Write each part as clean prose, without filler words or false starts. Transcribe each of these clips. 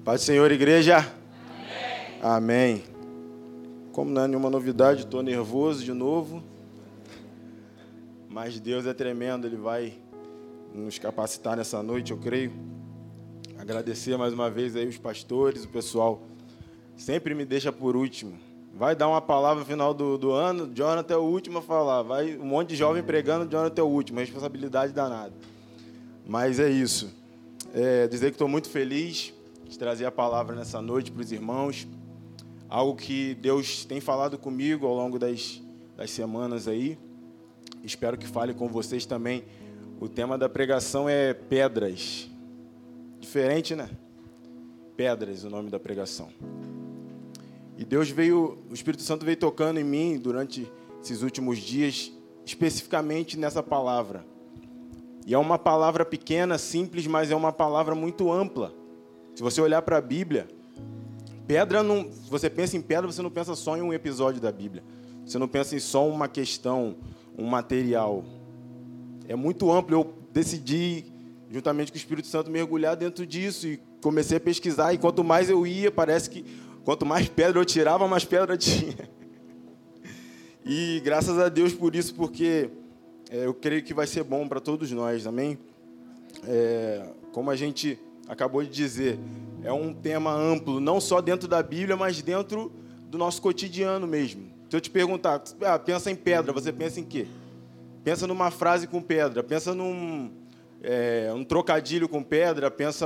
Paz do Senhor, igreja. Amém. Amém. Como não é nenhuma novidade, estou nervoso de novo. Mas Deus é tremendo, Ele vai nos capacitar nessa noite, eu creio. Agradecer mais uma vez aí os pastores, o pessoal sempre me deixa por último. Vai dar uma palavra no final do ano, Jonathan é o último a falar. Vai um monte de jovem pregando, Jonathan é o último. Responsabilidade danada. Mas é isso. Dizer que estou muito feliz de trazer a palavra nessa noite para os irmãos. Algo que Deus tem falado comigo ao longo das semanas aí. Espero que fale com vocês também. O tema da pregação é pedras. Diferente, né? Pedras, o nome da pregação. E o Espírito Santo veio tocando em mim durante esses últimos dias, especificamente nessa palavra. E é uma palavra pequena, simples, mas é uma palavra muito ampla. Se você olhar para a Bíblia, se você pensa em pedra, você não pensa só em um episódio da Bíblia. Você não pensa em só uma questão, um material. É muito amplo. Eu decidi, juntamente com o Espírito Santo, mergulhar dentro disso e comecei a pesquisar. E quanto mais eu ia, parece que quanto mais pedra eu tirava, mais pedra tinha. E graças a Deus por isso, porque eu creio que vai ser bom para todos nós, amém? Como a gente acabou de dizer, é um tema amplo, não só dentro da Bíblia, mas dentro do nosso cotidiano mesmo. Se eu te perguntar, pensa em pedra, você pensa em quê? Pensa numa frase com pedra, pensa um trocadilho com pedra, pensa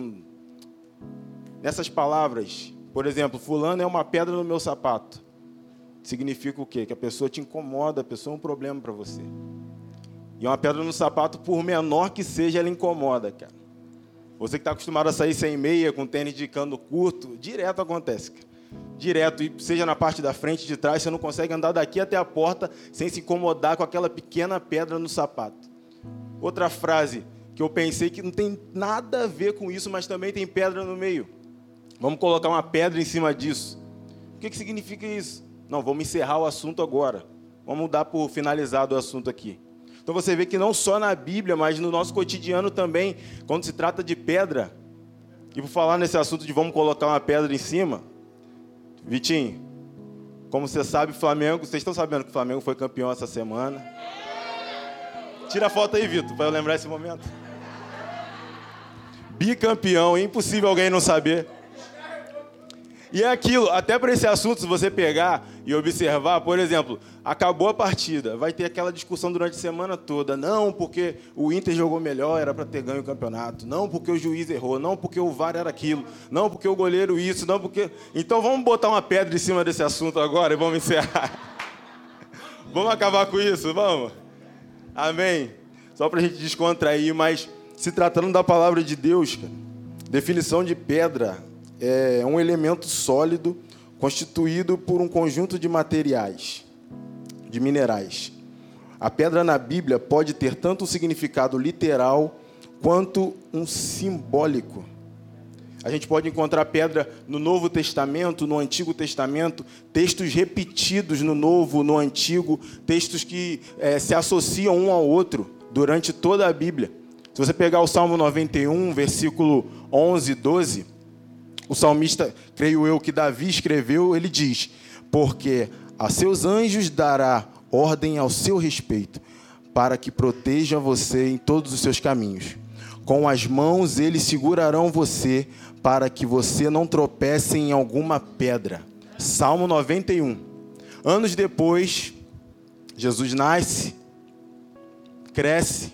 nessas palavras. Por exemplo, fulano é uma pedra no meu sapato. Significa o quê? Que a pessoa te incomoda, a pessoa é um problema para você. E uma pedra no sapato, por menor que seja, ela incomoda, cara. Você que está acostumado a sair sem meia, com tênis de cano curto, direto acontece, cara. Direto, e seja na parte da frente, de trás, você não consegue andar daqui até a porta sem se incomodar com aquela pequena pedra no sapato. Outra frase que eu pensei que não tem nada a ver com isso, mas também tem pedra no meio. Vamos colocar uma pedra em cima disso. O que significa isso? Não, vamos encerrar o assunto agora. Vamos dar por finalizado o assunto aqui. Então você vê que não só na Bíblia, mas no nosso cotidiano também, quando se trata de pedra, e por falar nesse assunto de vamos colocar uma pedra em cima, Vitinho, como você sabe, Flamengo, vocês estão sabendo que o Flamengo foi campeão essa semana? Tira a foto aí, Vitor, para eu lembrar esse momento. Bicampeão, é impossível alguém não saber. E é aquilo, até para esse assunto, se você pegar e observar, por exemplo, acabou a partida, vai ter aquela discussão durante a semana toda. Não, porque o Inter jogou melhor, era para ter ganho o campeonato. Não, porque o juiz errou. Não, porque o VAR era aquilo. Não, porque o goleiro isso. Não, porque... Então vamos botar uma pedra em cima desse assunto agora e vamos encerrar. Vamos acabar com isso, vamos? Amém? Só para a gente descontrair, mas se tratando da palavra de Deus, cara, definição de pedra é um elemento sólido constituído por um conjunto de materiais, de minerais. A pedra na Bíblia pode ter tanto um significado literal quanto um simbólico. A gente pode encontrar pedra no Novo Testamento, no Antigo Testamento, textos repetidos no Novo, no Antigo, textos que se associam um ao outro durante toda a Bíblia. Se você pegar o Salmo 91, versículo 11 e 12, o salmista, creio eu, que Davi escreveu, ele diz: porque a seus anjos dará ordem ao seu respeito, para que proteja você em todos os seus caminhos. Com as mãos eles segurarão você, para que você não tropece em alguma pedra. Salmo 91. Anos depois, Jesus nasce, cresce,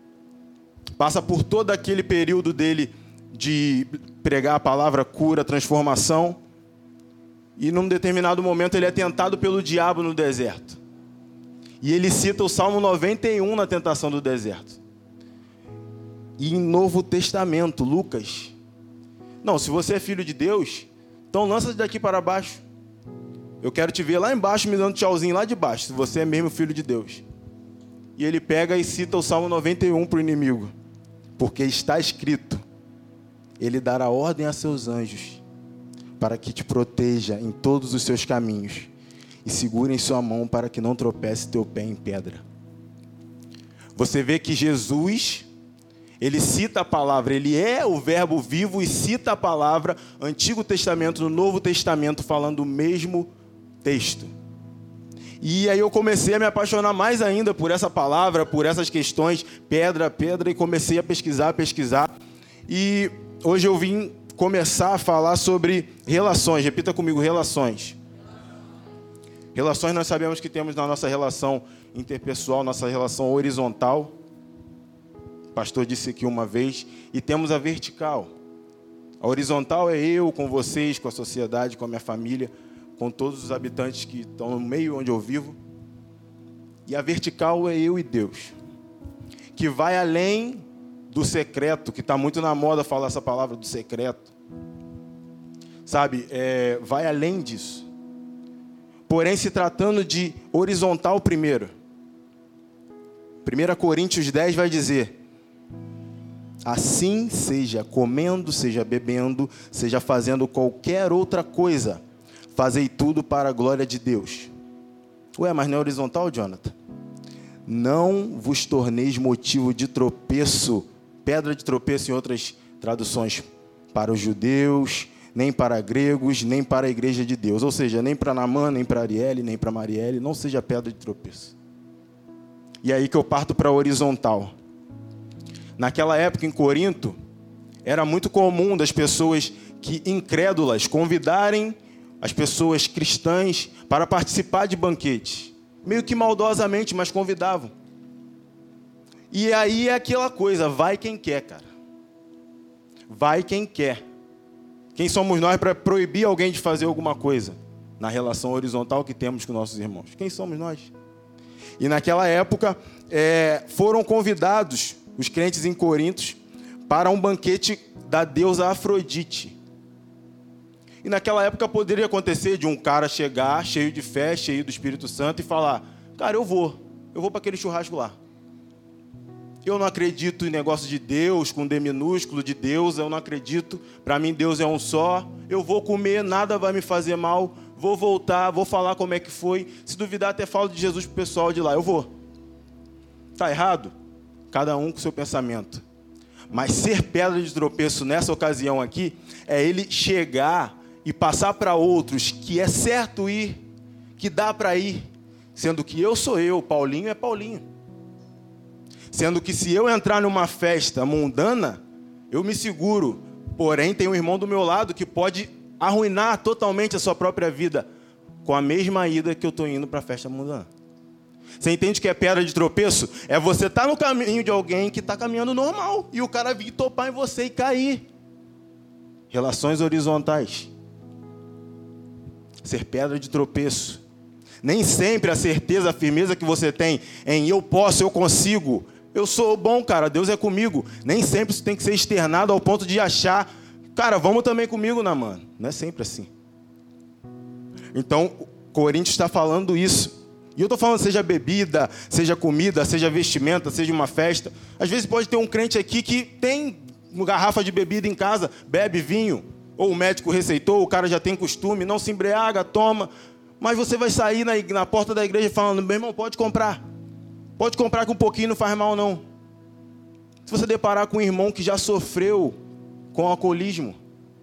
passa por todo aquele período dele de pregar a palavra cura, transformação, e num determinado momento ele é tentado pelo diabo no deserto. E ele cita o Salmo 91 na tentação do deserto. E em Novo Testamento, Lucas, não, se você é filho de Deus, então lança-te daqui para baixo. Eu quero te ver lá embaixo me dando tchauzinho lá de baixo, se você é mesmo filho de Deus. E ele pega e cita o Salmo 91 para o inimigo, porque está escrito: Ele dará ordem a seus anjos para que te proteja em todos os seus caminhos e segure em sua mão para que não tropece teu pé em pedra. Você vê que Jesus, Ele cita a palavra, ele é o verbo vivo e cita a palavra, Antigo Testamento, no Novo Testamento, falando o mesmo texto. E aí eu comecei a me apaixonar mais ainda por essa palavra, por essas questões, pedra, e comecei a pesquisar. E hoje eu vim começar a falar sobre relações. Repita comigo, relações. Relações nós sabemos que temos na nossa relação interpessoal, nossa relação horizontal. O pastor disse aqui uma vez. E temos a vertical. A horizontal é eu com vocês, com a sociedade, com a minha família, com todos os habitantes que estão no meio onde eu vivo. E a vertical é eu e Deus, que vai além do secreto, que está muito na moda falar essa palavra do secreto. Sabe, vai além disso. Porém, se tratando de horizontal primeiro. 1 Coríntios 10 vai dizer: assim, seja comendo, seja bebendo, seja fazendo qualquer outra coisa, fazei tudo para a glória de Deus. Ué, mas não é horizontal, Jonathan? Não vos torneis motivo de tropeço, pedra de tropeço em outras traduções, para os judeus, nem para gregos, nem para a igreja de Deus. Ou seja, nem para Naamã, nem para Arielle, nem para Marielle, não seja pedra de tropeço. E aí que eu parto para a horizontal. Naquela época, em Corinto, era muito comum das pessoas que incrédulas convidarem as pessoas cristãs para participar de banquetes. Meio que maldosamente, mas convidavam. E aí é aquela coisa, vai quem quer, cara. Vai quem quer. Quem somos nós para proibir alguém de fazer alguma coisa na relação horizontal que temos com nossos irmãos? Quem somos nós? E naquela época foram convidados os crentes em Corinto para um banquete da deusa Afrodite. E naquela época poderia acontecer de um cara chegar cheio de fé, cheio do Espírito Santo e falar: cara, eu vou para aquele churrasco lá. Eu não acredito em negócio de Deus, com D minúsculo, de Deus, eu não acredito. Para mim Deus é um só. Eu vou comer, nada vai me fazer mal. Vou voltar, vou falar como é que foi. Se duvidar, até falo de Jesus pro pessoal de lá. Eu vou. Tá errado? Cada um com seu pensamento. Mas ser pedra de tropeço nessa ocasião aqui é ele chegar e passar para outros que é certo ir, que dá para ir, sendo que eu sou eu, Paulinho é Paulinho. Sendo que se eu entrar numa festa mundana, eu me seguro. Porém, tem um irmão do meu lado que pode arruinar totalmente a sua própria vida com a mesma ida que eu estou indo para a festa mundana. Você entende que é pedra de tropeço? É você estar no caminho de alguém que está caminhando normal e o cara vir topar em você e cair. Relações horizontais. Ser pedra de tropeço. Nem sempre a certeza, a firmeza que você tem em eu posso, eu consigo, eu sou bom, cara, Deus é comigo. Nem sempre isso tem que ser externado ao ponto de achar, cara, vamos também comigo, né, mano? Não é sempre assim. Então, Coríntios está falando isso. E eu estou falando, seja bebida, seja comida, seja vestimenta, seja uma festa. Às vezes pode ter um crente aqui que tem uma garrafa de bebida em casa, bebe vinho, ou o médico receitou, o cara já tem costume, não se embriaga, toma. Mas você vai sair na porta da igreja falando: meu irmão, pode comprar. Pode comprar que um pouquinho não faz mal, não. Se você deparar com um irmão que já sofreu com alcoolismo,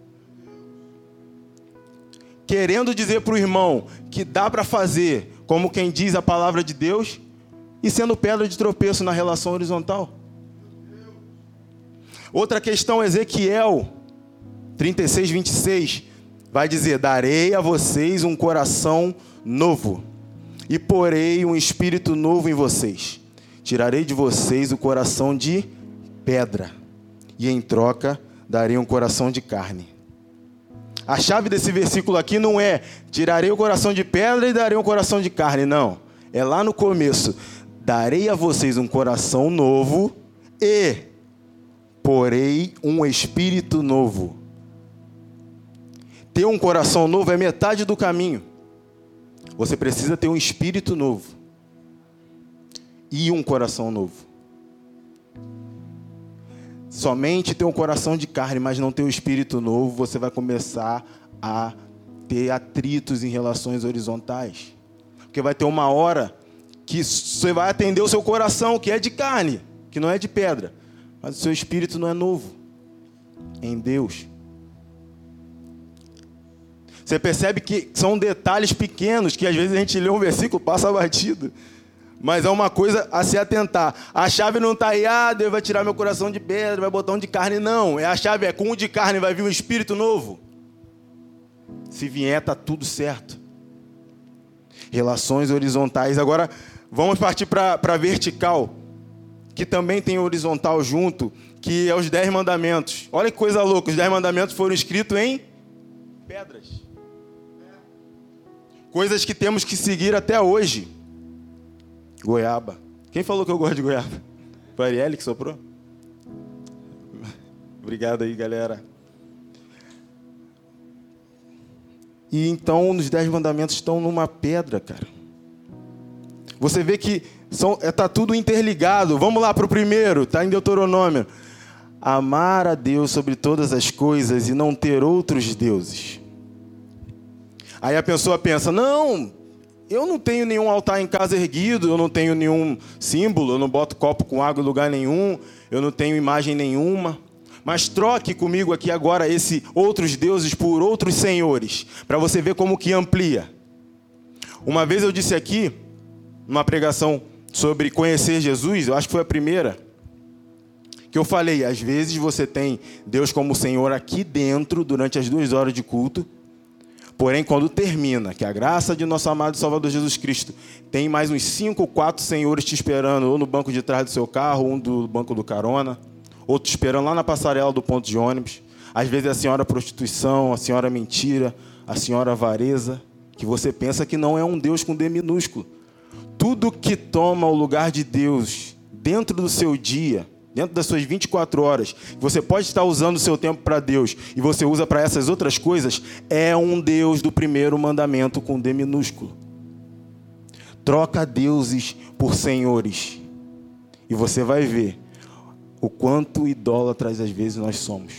querendo dizer para o irmão que dá para fazer como quem diz a palavra de Deus, e sendo pedra de tropeço na relação horizontal. Outra questão, Ezequiel 36, 26, vai dizer: darei a vocês um coração novo, e porei um espírito novo em vocês. Tirarei de vocês o coração de pedra, e em troca darei um coração de carne. A chave desse versículo aqui não é tirarei o coração de pedra e darei um coração de carne, não. É lá no começo: darei a vocês um coração novo e porei um espírito novo. Ter um coração novo é metade do caminho. Você precisa ter um espírito novo e um coração novo. Somente ter um coração de carne, mas não ter um espírito novo, você vai começar a ter atritos em relações horizontais. Porque vai ter uma hora que você vai atender o seu coração, que é de carne, que não é de pedra. mas o seu espírito não é novo em Deus. Você percebe que são detalhes pequenos que às vezes a gente lê um versículo, passa batido. Mas é uma coisa a se atentar. A chave não está aí, Deus vai tirar meu coração de pedra, vai botar um de carne. Não, a chave é com um de carne vai vir um espírito novo. Se vier, está tudo certo. Relações horizontais. Agora, vamos partir para vertical, que também tem horizontal junto, que é os 10 mandamentos. Olha que coisa louca, os 10 mandamentos foram escritos em pedras. Coisas que temos que seguir até hoje. Goiaba. Quem falou que eu gosto de goiaba? Foi a Arielle que soprou? Obrigado aí, galera. E então, os 10 mandamentos estão numa pedra, cara. Você vê que está tudo interligado. Vamos lá para o primeiro, está em Deuteronômio. Amar a Deus sobre todas as coisas e não ter outros deuses. Aí a pessoa pensa, não, eu não tenho nenhum altar em casa erguido, eu não tenho nenhum símbolo, eu não boto copo com água em lugar nenhum, eu não tenho imagem nenhuma. Mas troque comigo aqui agora esses outros deuses por outros senhores, para você ver como que amplia. Uma vez eu disse aqui, numa pregação sobre conhecer Jesus, eu acho que foi a primeira, que eu falei, às vezes você tem Deus como Senhor aqui dentro, durante as 2 horas de culto, porém quando termina, que a graça de nosso amado Salvador Jesus Cristo, tem mais uns 5 ou 4 senhores te esperando, ou no banco de trás do seu carro, um do banco do carona, outro esperando lá na passarela do ponto de ônibus. Às vezes é a senhora prostituição, a senhora mentira, a senhora avareza, que você pensa que não é um Deus com D minúsculo. Tudo que toma o lugar de Deus dentro do seu dia, dentro das suas 24 horas, você pode estar usando o seu tempo para Deus e você usa para essas outras coisas, é um Deus do primeiro mandamento com D minúsculo. Troca deuses por senhores e você vai ver o quanto idólatras às vezes nós somos.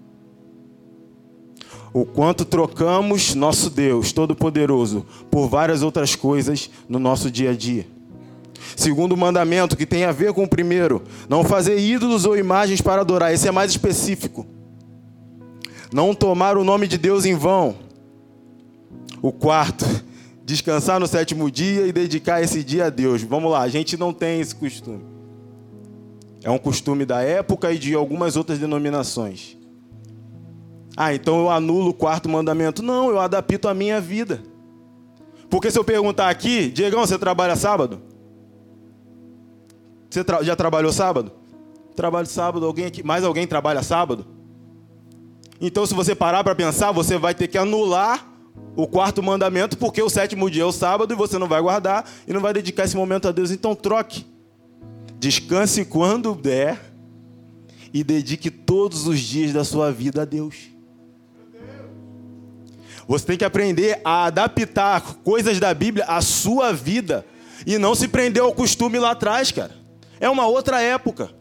O quanto trocamos nosso Deus Todo-Poderoso por várias outras coisas no nosso dia a dia. Segundo mandamento, que tem a ver com o primeiro, não fazer ídolos ou imagens para adorar. Esse é mais específico. Não tomar o nome de Deus em vão. O quarto, descansar no 7º dia e dedicar esse dia a Deus. Vamos lá, a gente não tem esse costume. É um costume da época e de algumas outras denominações. Então eu anulo o 4º mandamento. Não, eu adapto a minha vida. Porque se eu perguntar aqui, Diegão, você trabalha sábado? Você já trabalhou sábado? Trabalho sábado. Alguém aqui, mais alguém trabalha sábado? Então, se você parar para pensar, você vai ter que anular o 4º mandamento, porque o 7º dia é o sábado e você não vai guardar e não vai dedicar esse momento a Deus. Então, troque. Descanse quando der e dedique todos os dias da sua vida a Deus. Você tem que aprender a adaptar coisas da Bíblia à sua vida e não se prender ao costume lá atrás, cara. É uma outra época.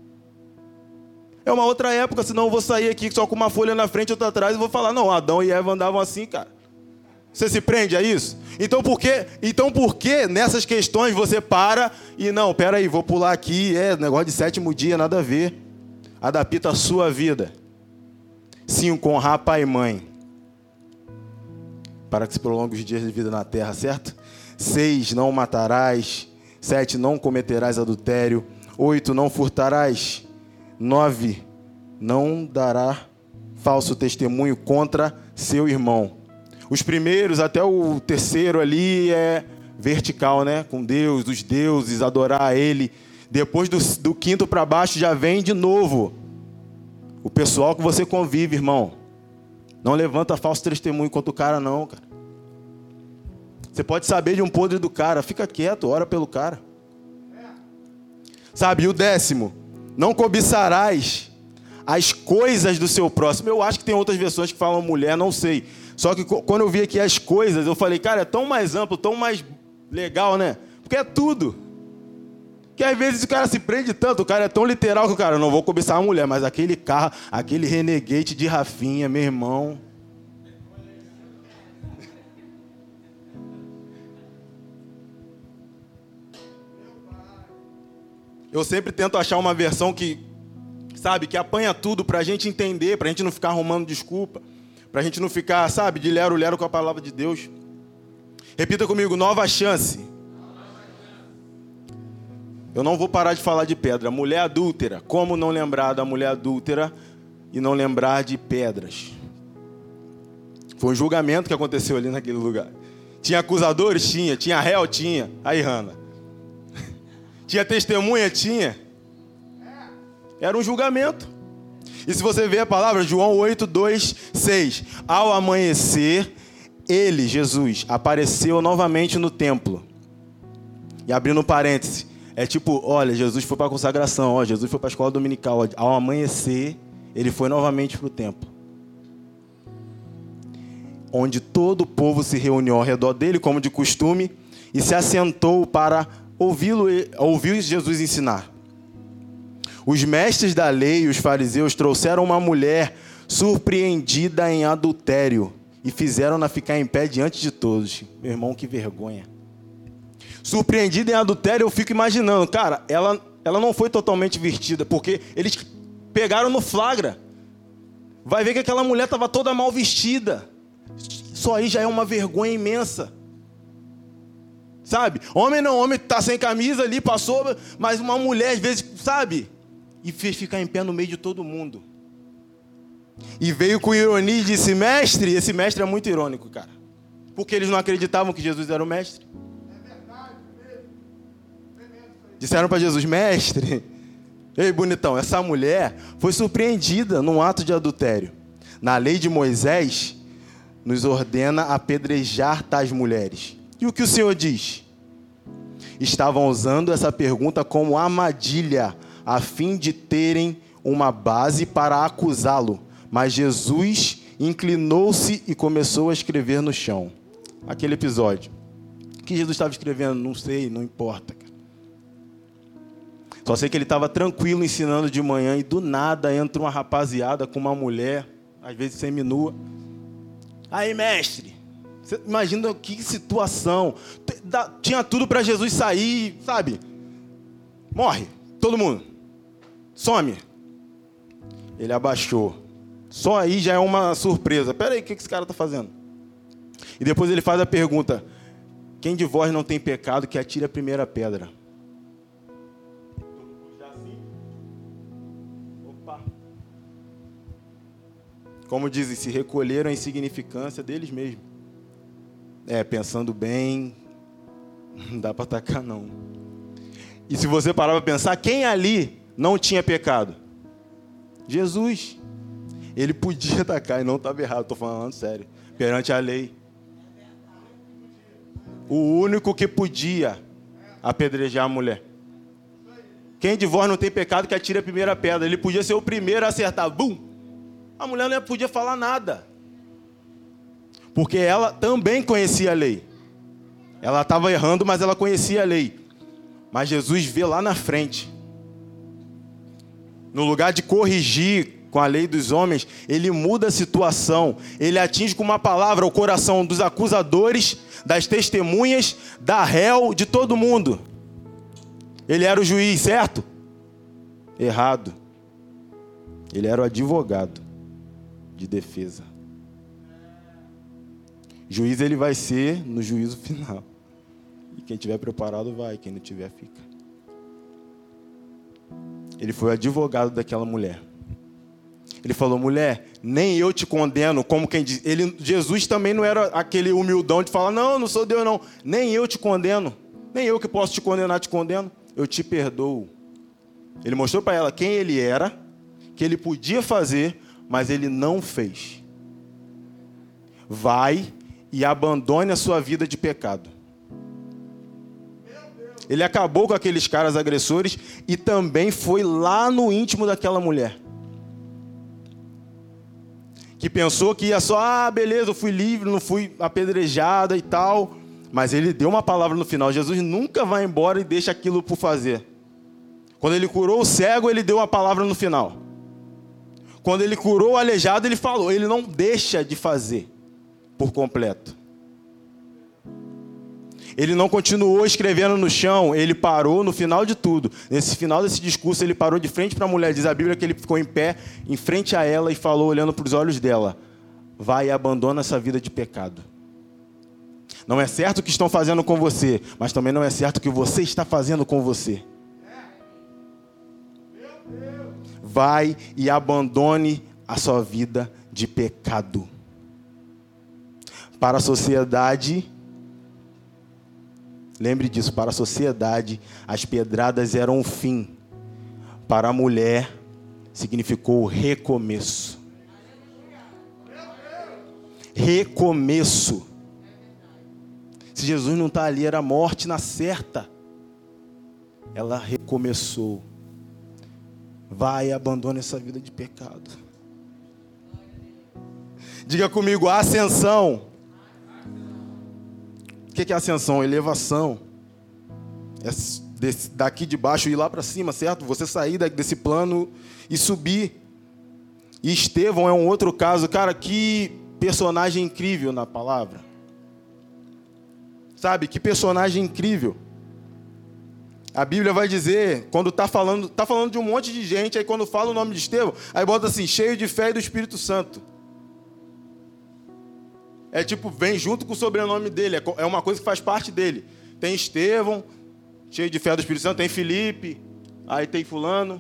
É uma outra época, senão eu vou sair aqui só com uma folha na frente e outra atrás e vou falar, não, Adão e Eva andavam assim, cara. Você se prende a isso? Então por que nessas questões você para e não, peraí, vou pular aqui, negócio de 7º dia, nada a ver. Adapta a sua vida. 5, honrar pai e mãe, para que se prolongue os dias de vida na terra, certo? 6, não matarás. 7, não cometerás adultério. 8, não furtarás. 9, não dará falso testemunho contra seu irmão. Os primeiros, até o 3º ali é vertical, né? Com Deus, dos deuses, adorar a Ele. Depois do 5º para baixo já vem de novo o pessoal que você convive, irmão. Não levanta falso testemunho contra o cara, não, cara. Você pode saber de um podre do cara, fica quieto, ora pelo cara. Sabe, e o 10º, não cobiçarás as coisas do seu próximo. Eu acho que tem outras versões que falam mulher, não sei. Só que quando eu vi aqui as coisas, eu falei, cara, é tão mais amplo, tão mais legal, né? Porque é tudo. Que às vezes o cara se prende tanto, o cara é tão literal que o cara, não vou cobiçar uma mulher, mas aquele carro, aquele Renegade de Rafinha, meu irmão. Eu sempre tento achar uma versão que sabe, que apanha tudo para a gente entender, para a gente não ficar arrumando desculpa, para a gente não ficar, sabe, de lero-lero com a palavra de Deus. Repita comigo, nova chance. Eu não vou parar de falar de pedra. Mulher adúltera. Como não lembrar da mulher adúltera e não lembrar de pedras? Foi um julgamento que aconteceu ali naquele lugar. Tinha acusadores? Tinha. Tinha réu? Tinha. Aí, Hana. Tinha testemunha? Tinha. Era um julgamento. E se você ver a palavra, João 8, 2, 6. Ao amanhecer, ele, Jesus, apareceu novamente no templo. E abrindo parênteses. É tipo, olha, Jesus foi para a consagração, ó, Jesus foi para a escola dominical. Ó, ao amanhecer, ele foi novamente para o templo. Onde todo o povo se reuniu ao redor dele, como de costume, e se assentou para ouvir Jesus ensinar. Os mestres da lei e os fariseus trouxeram uma mulher surpreendida em adultério e fizeram-na ficar em pé diante de todos. Meu irmão, que vergonha. Surpreendida em adultério, eu fico imaginando, cara, ela não foi totalmente vestida, porque eles pegaram no flagra. Vai ver que aquela mulher estava toda mal vestida. Só aí já é uma vergonha imensa. Sabe? Homem tá sem camisa ali, passou, mas uma mulher às vezes, sabe? E fez ficar em pé no meio de todo mundo. E veio com ironia e disse, mestre, esse mestre é muito irônico, cara. Porque eles não acreditavam que Jesus era o mestre. Disseram para Jesus, mestre, ei, bonitão, essa mulher foi surpreendida num ato de adultério. Na lei de Moisés, nos ordena apedrejar tais mulheres. E o que o Senhor diz? Estavam usando essa pergunta como armadilha, a fim de terem uma base para acusá-lo. Mas Jesus inclinou-se e começou a escrever no chão. Aquele episódio. O que Jesus estava escrevendo? Não sei, não importa. Só sei que ele estava tranquilo ensinando de manhã e do nada entra uma rapaziada com uma mulher, às vezes seminua. Aí, mestre, você imagina que situação. Tinha tudo para Jesus sair, sabe? Morre, todo mundo. Some. Ele abaixou. Só aí já é uma surpresa. Peraí, o que esse cara está fazendo? E depois ele faz a pergunta, quem de vós não tem pecado que atire a primeira pedra? Como dizem, se recolheram a insignificância deles mesmos. Pensando bem, não dá para atacar não. E se você parar para pensar, quem ali não tinha pecado? Jesus. Ele podia atacar e não estava errado, estou falando sério. Perante a lei. O único que podia apedrejar a mulher. Quem de vós não tem pecado que atire a primeira pedra? Ele podia ser o primeiro a acertar. Bum! A mulher não podia falar nada. Porque ela também conhecia a lei. Ela estava errando, mas ela conhecia a lei. Mas Jesus vê lá na frente. No lugar de corrigir com a lei dos homens, ele muda a situação. Ele atinge com uma palavra o coração dos acusadores, das testemunhas, da réu, de todo mundo. Ele era o juiz, certo? Errado. Ele era o advogado de defesa. Juiz ele vai ser no juízo final. E quem tiver preparado vai, quem não tiver fica. Ele foi o advogado daquela mulher. Ele falou, mulher, nem eu te condeno, como quem diz. Jesus também não era aquele humildão de falar, não sou Deus não. Nem eu te condeno. Nem eu que posso te condenar, te condeno. Eu te perdoo. Ele mostrou para ela quem ele era, que ele podia fazer, mas ele não fez. Vai e abandone a sua vida de pecado. Ele acabou com aqueles caras agressores e também foi lá no íntimo daquela mulher. Que pensou que ia só, beleza, eu fui livre, não fui apedrejada e tal. Mas ele deu uma palavra no final. Jesus nunca vai embora e deixa aquilo por fazer. Quando ele curou o cego, ele deu uma palavra no final. Quando ele curou o aleijado, ele falou. Ele não deixa de fazer por completo. Ele não continuou escrevendo no chão, ele parou no final de tudo. Nesse final desse discurso, ele parou de frente para a mulher. Diz a Bíblia que ele ficou em pé, em frente a ela, e falou, olhando para os olhos dela: vai e abandona essa vida de pecado. Não é certo o que estão fazendo com você, mas também não é certo o que você está fazendo com você. Vai e abandone a sua vida de pecado. Para a sociedade, lembre disso, para a sociedade, as pedradas eram o fim. Para a mulher, significou recomeço. Recomeço. Se Jesus não está ali, era a morte na certa. Ela recomeçou. Vai e abandona essa vida de pecado. Diga comigo, ascensão. O que é ascensão? Elevação. É daqui de baixo ir lá para cima, certo? Você sair desse plano e subir. E Estevão é um outro caso. Cara, que personagem incrível na palavra. Sabe, que personagem incrível. A Bíblia vai dizer, quando está falando de um monte de gente, aí quando fala o nome de Estevão, aí bota assim, cheio de fé e do Espírito Santo. É tipo, vem junto com o sobrenome dele, é uma coisa que faz parte dele. Tem Estevão, cheio de fé do Espírito Santo, tem Filipe, aí tem fulano.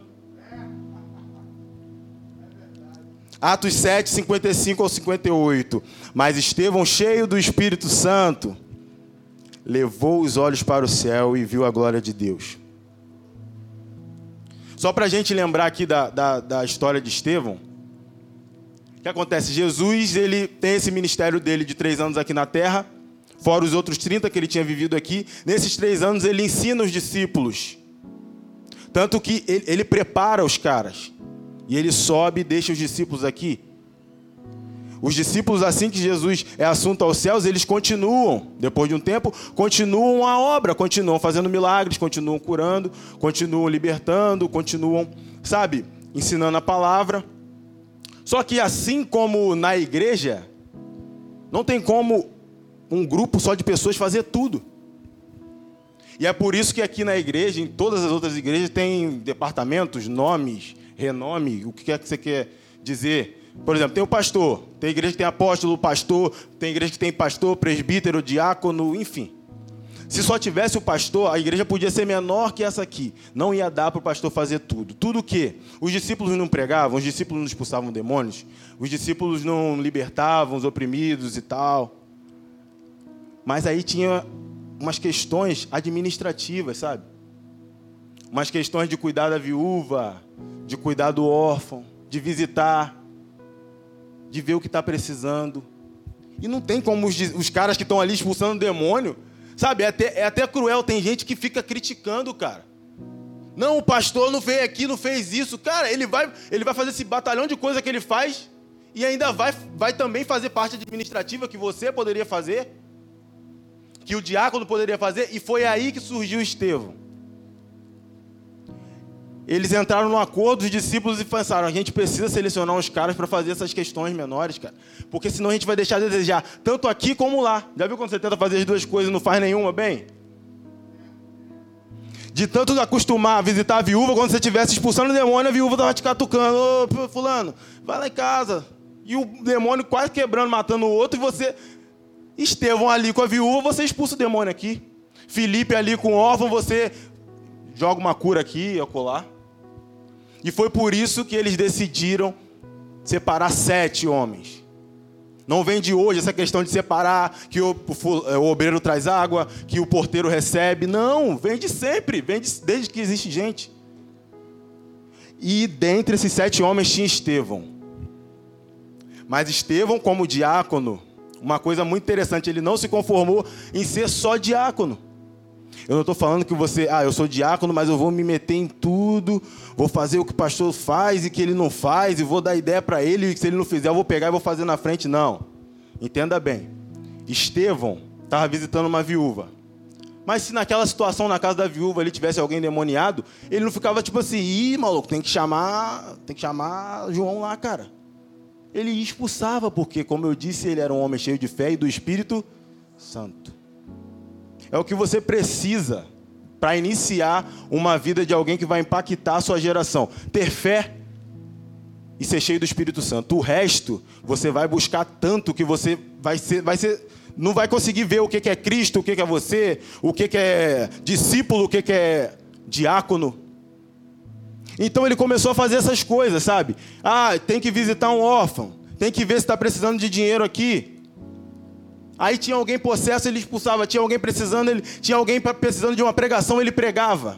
Atos 7, 55 ao 58. Mas Estevão, cheio do Espírito Santo, levou os olhos para o céu e viu a glória de Deus. Só para a gente lembrar aqui da história de Estevão, o que acontece? Jesus, ele tem esse ministério dele de 3 anos aqui na terra, fora os outros 30 que ele tinha vivido aqui. Nesses 3 anos ele ensina os discípulos. Tanto que ele prepara os caras. E ele sobe e deixa os discípulos aqui. Os discípulos, assim que Jesus é assunto aos céus, eles continuam, depois de um tempo, continuam a obra, continuam fazendo milagres, continuam curando, continuam libertando, continuam, sabe, ensinando a palavra. Só que assim como na igreja, não tem como um grupo só de pessoas fazer tudo. E é por isso que aqui na igreja, em todas as outras igrejas, tem departamentos, nomes, renome, o que é que você quer dizer. Por exemplo, tem o pastor, tem igreja que tem apóstolo, pastor, tem igreja que tem pastor, presbítero, diácono, enfim. Se só tivesse o pastor, a igreja podia ser menor que essa aqui. Não ia dar para o pastor fazer tudo. Tudo o quê? Os discípulos não pregavam, os discípulos não expulsavam demônios, os discípulos não libertavam os oprimidos e tal. Mas aí tinha umas questões administrativas, sabe? Umas questões de cuidar da viúva, de cuidar do órfão, de visitar, de ver o que está precisando. E não tem como os caras que estão ali expulsando o demônio, sabe? É até cruel, tem gente que fica criticando, cara. Não, o pastor não veio aqui, não fez isso. Cara, ele vai fazer esse batalhão de coisa que ele faz e ainda vai também fazer parte administrativa que você poderia fazer, que o diácono poderia fazer, e foi aí que surgiu Estevão. Eles entraram num acordo, os discípulos, e pensaram, a gente precisa selecionar uns caras para fazer essas questões menores, cara. Porque senão a gente vai deixar de desejar, tanto aqui como lá. Já viu quando você tenta fazer as duas coisas e não faz nenhuma bem? De tanto acostumar a visitar a viúva, quando você estivesse expulsando o demônio, a viúva estava te catucando. Ô, fulano, vai lá em casa. E o demônio quase quebrando, matando o outro, e você... Estevão ali com a viúva, você expulsa o demônio aqui. Filipe ali com o órfão, você joga uma cura aqui, acolá. E foi por isso que eles decidiram separar 7 homens. Não vem de hoje essa questão de separar, que o obreiro traz água, que o porteiro recebe. Não, vem de sempre, desde que existe gente. E dentre esses 7 homens tinha Estevão. Mas Estevão, como diácono, uma coisa muito interessante, ele não se conformou em ser só diácono. Eu não estou falando que você, eu sou diácono, mas eu vou me meter em tudo, vou fazer o que o pastor faz e que ele não faz, e vou dar ideia para ele, e se ele não fizer, eu vou pegar e vou fazer na frente. Não. Entenda bem. Estevão estava visitando uma viúva. Mas se naquela situação, na casa da viúva, ali tivesse alguém endemoniado, ele não ficava tipo assim, ih, maluco, tem que chamar João lá, cara. Ele expulsava, porque, como eu disse, ele era um homem cheio de fé e do Espírito Santo. é o que você precisa para iniciar uma vida de alguém que vai impactar a sua geração. Ter fé e ser cheio do Espírito Santo. O resto, você vai buscar tanto que você não vai conseguir ver o que é Cristo, o que é você, o que é discípulo, o que é diácono. Então ele começou a fazer essas coisas, sabe? Tem que visitar um órfão, tem que ver se está precisando de dinheiro aqui. Aí tinha alguém possesso, ele expulsava. Tinha alguém precisando de uma pregação, ele pregava.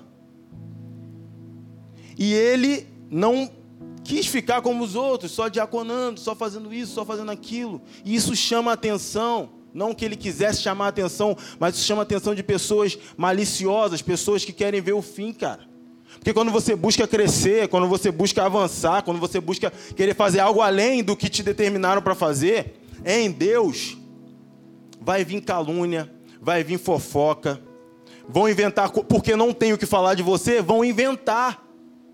E ele não quis ficar como os outros, só diaconando, só fazendo isso, só fazendo aquilo. E isso chama a atenção. Não que ele quisesse chamar a atenção, mas isso chama a atenção de pessoas maliciosas, pessoas que querem ver o fim, cara. Porque quando você busca crescer, quando você busca avançar, quando você busca querer fazer algo além do que te determinaram para fazer, em Deus, vai vir calúnia, vai vir fofoca, vão inventar, porque não tem o que falar de você, vão inventar.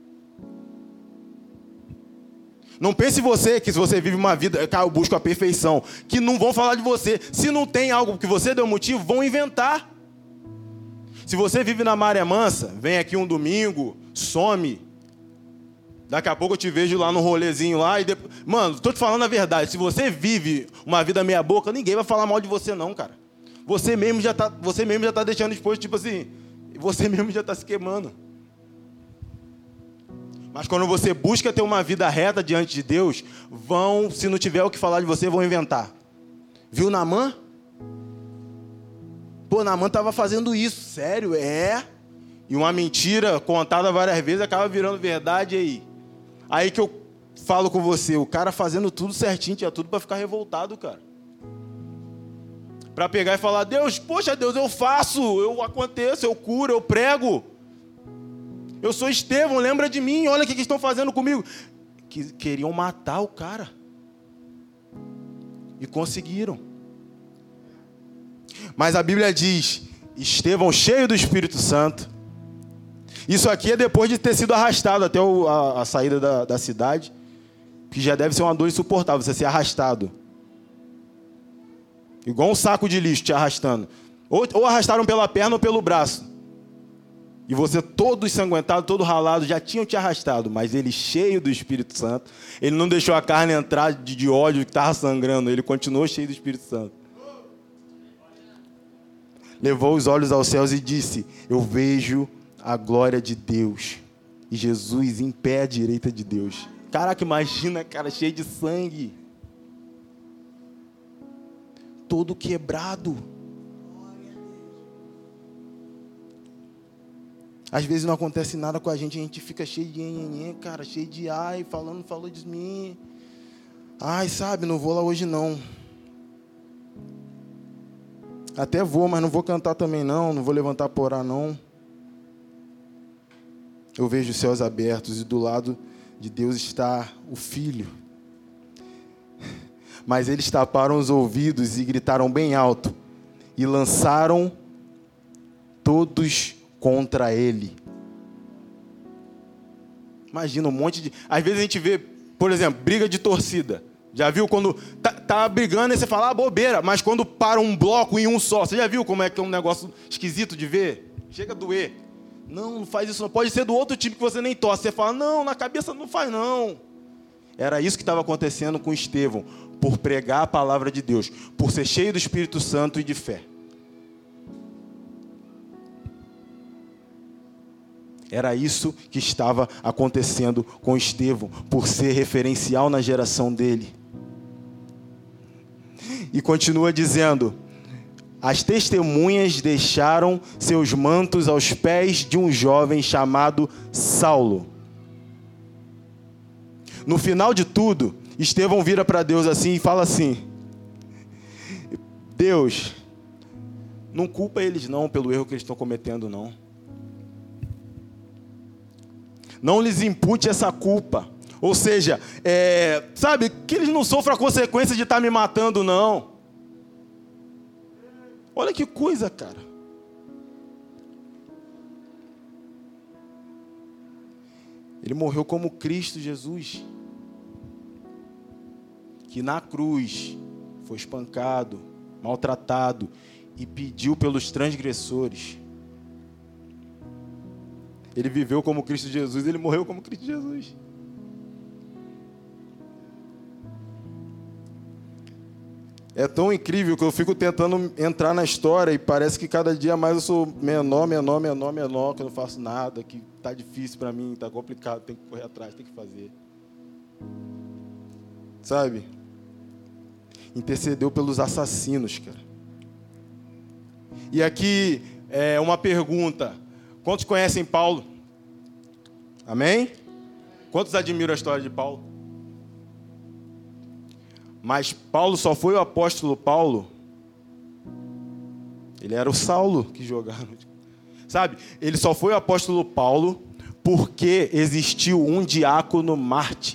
Não pense você que se você vive uma vida, eu busco a perfeição, que não vão falar de você. Se não tem algo que você deu motivo, vão inventar. Se você vive na maré mansa, vem aqui um domingo, some. Daqui a pouco eu te vejo lá no rolezinho lá e depois... Mano, estou te falando a verdade. Se você vive uma vida meia boca, ninguém vai falar mal de você não, cara. Você mesmo já tá deixando exposto, tipo assim, você mesmo já está se queimando. Mas quando você busca ter uma vida reta diante de Deus, se não tiver o que falar de você, vão inventar. Viu Naamã? Pô, Naamã estava fazendo isso. Sério? É? E uma mentira contada várias vezes acaba virando verdade aí. Aí que eu falo com você, o cara fazendo tudo certinho, tinha tudo para ficar revoltado, cara. Para pegar e falar, Deus, poxa Deus, eu faço, eu aconteço, eu curo, eu prego. Eu sou Estevão, lembra de mim, olha o que estão fazendo comigo. Queriam matar o cara. E conseguiram. Mas a Bíblia diz, Estevão cheio do Espírito Santo. Isso aqui é depois de ter sido arrastado até a saída da cidade, que já deve ser uma dor insuportável, você ser arrastado. Igual um saco de lixo te arrastando. Ou arrastaram pela perna ou pelo braço. E você todo ensanguentado, todo ralado, já tinham te arrastado. Mas ele cheio do Espírito Santo, ele não deixou a carne entrar de ódio que estava sangrando. Ele continuou cheio do Espírito Santo. Levou os olhos aos céus e disse, eu vejo a glória de Deus. E Jesus em pé à direita de Deus. Caraca, imagina, cara, cheio de sangue. Todo quebrado. Às vezes não acontece nada com a gente fica cheio de nhenhenhen, cara, cheio de falou de mim. Sabe, não vou lá hoje não. Até vou, mas não vou cantar também não vou levantar para orar não. Eu vejo os céus abertos e do lado de Deus está o Filho. Mas eles taparam os ouvidos e gritaram bem alto e lançaram todos contra ele. Imagina um monte de... Às vezes a gente vê, por exemplo, briga de torcida. Já viu quando tá brigando e você fala, bobeira. Mas quando para um bloco em um só, você já viu como é que é um negócio esquisito de ver? Chega a doer. Não faz isso não. Pode ser do outro time que você nem torce. Você fala, não, na cabeça não faz não. Era isso que estava acontecendo com Estevão. Por pregar a palavra de Deus. Por ser cheio do Espírito Santo e de fé. Era isso que estava acontecendo com Estevão, por ser referencial na geração dele. E continua dizendo, as testemunhas deixaram seus mantos aos pés de um jovem chamado Saulo. No final de tudo, Estevão vira para Deus assim e fala assim, Deus, não culpa eles não pelo erro que eles estão cometendo não. Não lhes impute essa culpa. Ou seja, sabe, que eles não sofram a consequência de estar me matando, não. Olha que coisa, cara. Ele morreu como Cristo Jesus. Que na cruz foi espancado, maltratado e pediu pelos transgressores. Ele viveu como Cristo Jesus, ele morreu como Cristo Jesus. É tão incrível que eu fico tentando entrar na história e parece que cada dia mais eu sou menor, que eu não faço nada, que tá difícil para mim, tá complicado, tem que correr atrás, tem que fazer. Sabe? Intercedeu pelos assassinos, cara. E aqui é uma pergunta. Quantos conhecem Paulo? Amém? Quantos admiram a história de Paulo? Mas Paulo só foi o apóstolo Paulo. Ele era o Saulo que jogava. Sabe? Ele só foi o apóstolo Paulo porque existiu um diácono Marte.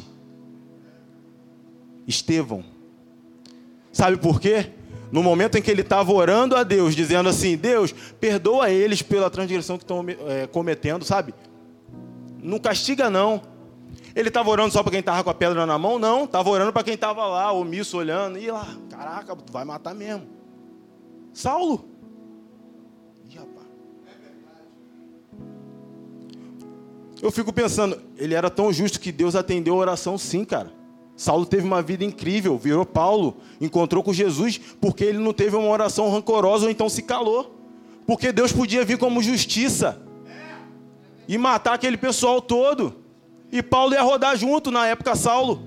Estevão. Sabe por quê? No momento em que ele estava orando a Deus, dizendo assim, Deus, perdoa eles pela transgressão que estão cometendo, sabe? Não castiga, não. Ele estava orando só para quem estava com a pedra na mão? Não, estava orando para quem estava lá, omisso, olhando. E lá, caraca, tu vai matar mesmo. Saulo. Ih, rapaz. Eu fico pensando, ele era tão justo que Deus atendeu a oração sim, cara. Saulo teve uma vida incrível, virou Paulo, encontrou com Jesus, porque ele não teve uma oração rancorosa ou então se calou. Porque Deus podia vir como justiça e matar aquele pessoal todo. E Paulo ia rodar junto, na época Saulo.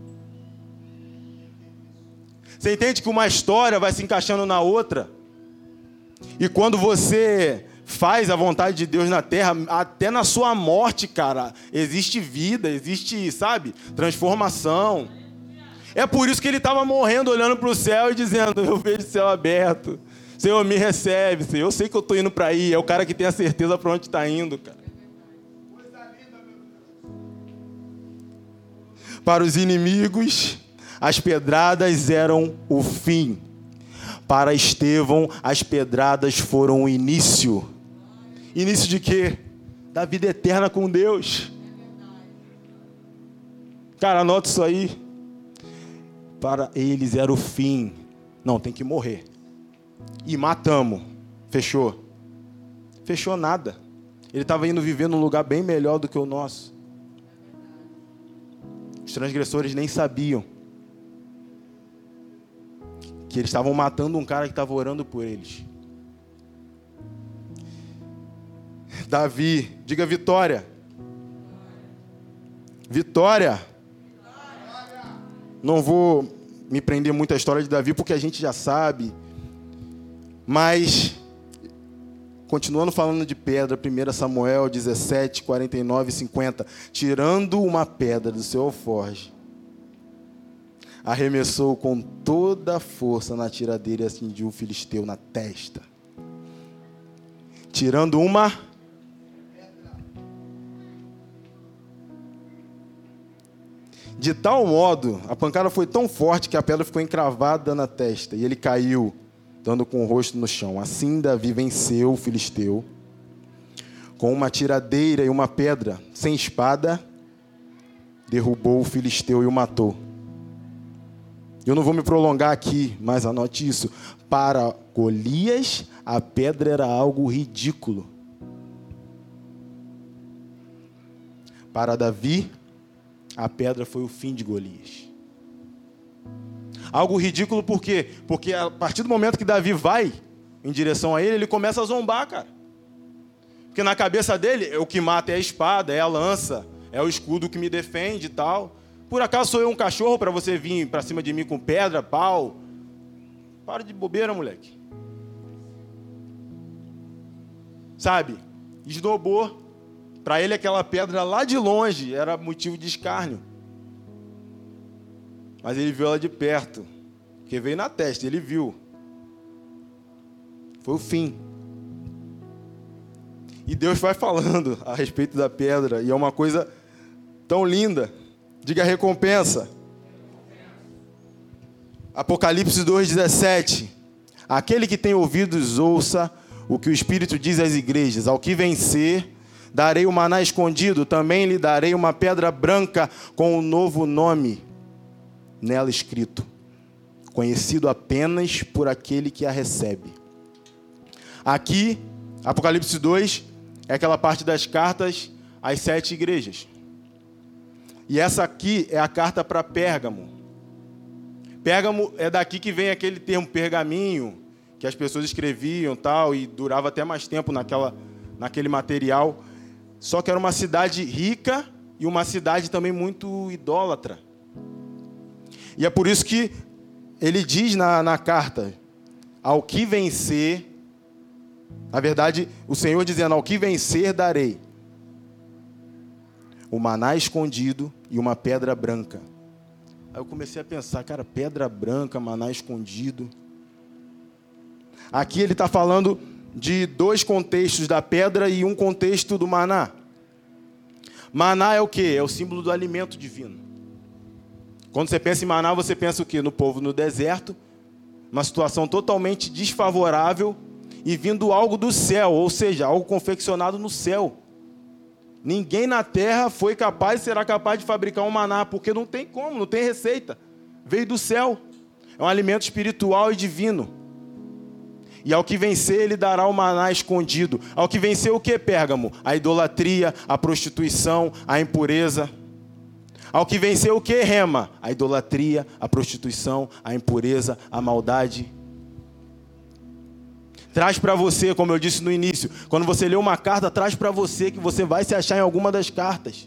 Você entende que uma história vai se encaixando na outra? E quando você faz a vontade de Deus na terra, até na sua morte, cara, existe vida, existe, sabe, transformação. É por isso que ele estava morrendo, olhando para o céu e dizendo, eu vejo o céu aberto. Senhor, me recebe, Senhor. Eu sei que eu estou indo para aí. É o cara que tem a certeza para onde está indo, cara. Para os inimigos, as pedradas eram o fim. Para Estevão, as pedradas foram o início. Início de quê? Da vida eterna com Deus. Cara, anota isso aí. Para eles era o fim. Não, tem que morrer. E matamos. Fechou? Fechou nada. Ele estava indo viver num lugar bem melhor do que o nosso. Os transgressores nem sabiam que eles estavam matando um cara que estava orando por eles. Davi, diga vitória. Vitória. Não vou me prender muito à história de Davi, porque a gente já sabe. Mas, continuando falando de pedra, 1 Samuel 17, 49 e 50. Tirando uma pedra do seu alforje, arremessou com toda a força na tiradeira e atingiu o filisteu na testa. Tirando uma... De tal modo, a pancada foi tão forte que a pedra ficou encravada na testa e ele caiu, dando com o rosto no chão. Assim Davi venceu o filisteu com uma tiradeira e uma pedra, sem espada, derrubou o filisteu e o matou. Eu não vou me prolongar aqui, mas anote isso. Para Golias, a pedra era algo ridículo. Para Davi, a pedra foi o fim de Golias. Algo ridículo por quê? Porque a partir do momento que Davi vai em direção a ele, ele começa a zombar, cara. Porque na cabeça dele, o que mata é a espada, é a lança, é o escudo que me defende e tal. Por acaso sou eu um cachorro para você vir para cima de mim com pedra, pau? Para de bobeira, moleque. Sabe? Esnobou. Para ele, aquela pedra lá de longe era motivo de escárnio. Mas ele viu ela de perto. Porque veio na testa, ele viu. Foi o fim. E Deus vai falando a respeito da pedra. E é uma coisa tão linda. Diga recompensa. Apocalipse 2,17. Aquele que tem ouvidos, ouça o que o Espírito diz às igrejas. Ao que vencer, darei o maná escondido, também lhe darei uma pedra branca com um novo nome nela escrito, conhecido apenas por aquele que a recebe. Aqui, Apocalipse 2, é aquela parte das cartas às 7 igrejas. E essa aqui é a carta para Pérgamo. Pérgamo é daqui que vem aquele termo pergaminho, que as pessoas escreviam tal, e durava até mais tempo naquele material. Só que era uma cidade rica e uma cidade também muito idólatra. E é por isso que ele diz na carta, ao que vencer, na verdade, o Senhor dizendo, ao que vencer darei o maná escondido e uma pedra branca. Aí eu comecei a pensar, cara, pedra branca, maná escondido. Aqui ele está falando de 2 contextos da pedra e um contexto do maná. Maná é o quê? É o símbolo do alimento divino. Quando você pensa em maná, você pensa o quê? No povo no deserto, uma situação totalmente desfavorável e vindo algo do céu, ou seja, algo confeccionado no céu. Ninguém na terra foi capaz, será capaz de fabricar um maná, porque não tem como, não tem receita. Veio do céu. É um alimento espiritual e divino. E ao que vencer, ele dará o maná escondido. Ao que vencer o que, Pérgamo? A idolatria, a prostituição, a impureza. Ao que vencer o que, Rema? A idolatria, a prostituição, a impureza, a maldade. Traz para você, como eu disse no início, quando você lê uma carta, traz para você que você vai se achar em alguma das cartas.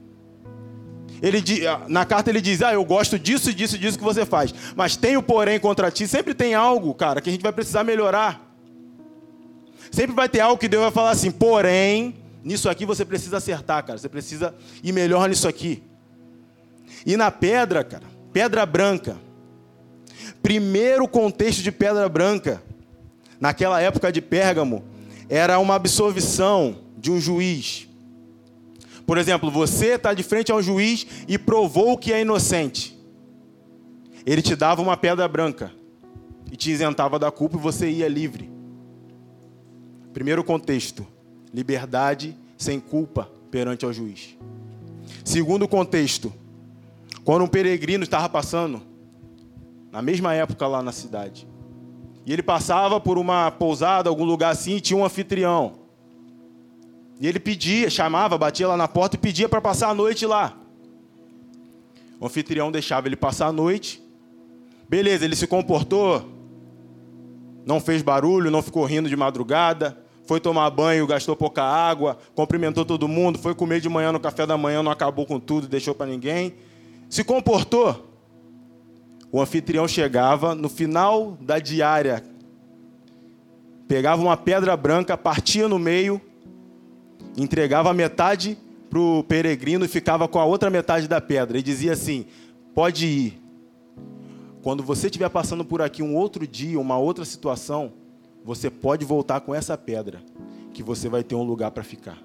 Na carta ele diz, eu gosto disso, disso, disso que você faz. Mas tenho porém contra ti, sempre tem algo, cara, que a gente vai precisar melhorar. Sempre vai ter algo que Deus vai falar assim, porém, nisso aqui você precisa acertar, cara. Você precisa ir melhor nisso aqui. E na pedra, cara, pedra branca. Primeiro contexto de pedra branca, naquela época de Pérgamo, era uma absolvição de um juiz. Por exemplo, você está de frente a um juiz e provou que é inocente. Ele te dava uma pedra branca e te isentava da culpa e você ia livre. Primeiro contexto, liberdade sem culpa perante ao juiz. Segundo contexto, quando um peregrino estava passando, na mesma época lá na cidade, e ele passava por uma pousada, algum lugar assim, e tinha um anfitrião. E ele pedia, chamava, batia lá na porta e pedia para passar a noite lá. O anfitrião deixava ele passar a noite. Beleza, ele se comportou, não fez barulho, não ficou rindo de madrugada, foi tomar banho, gastou pouca água, cumprimentou todo mundo, foi comer de manhã no café da manhã, não acabou com tudo, deixou para ninguém. Se comportou. O anfitrião chegava no final da diária, pegava uma pedra branca, partia no meio, entregava a metade para o peregrino e ficava com a outra metade da pedra. E dizia assim, pode ir. Quando você estiver passando por aqui um outro dia, uma outra situação, você pode voltar com essa pedra, que você vai ter um lugar para ficar.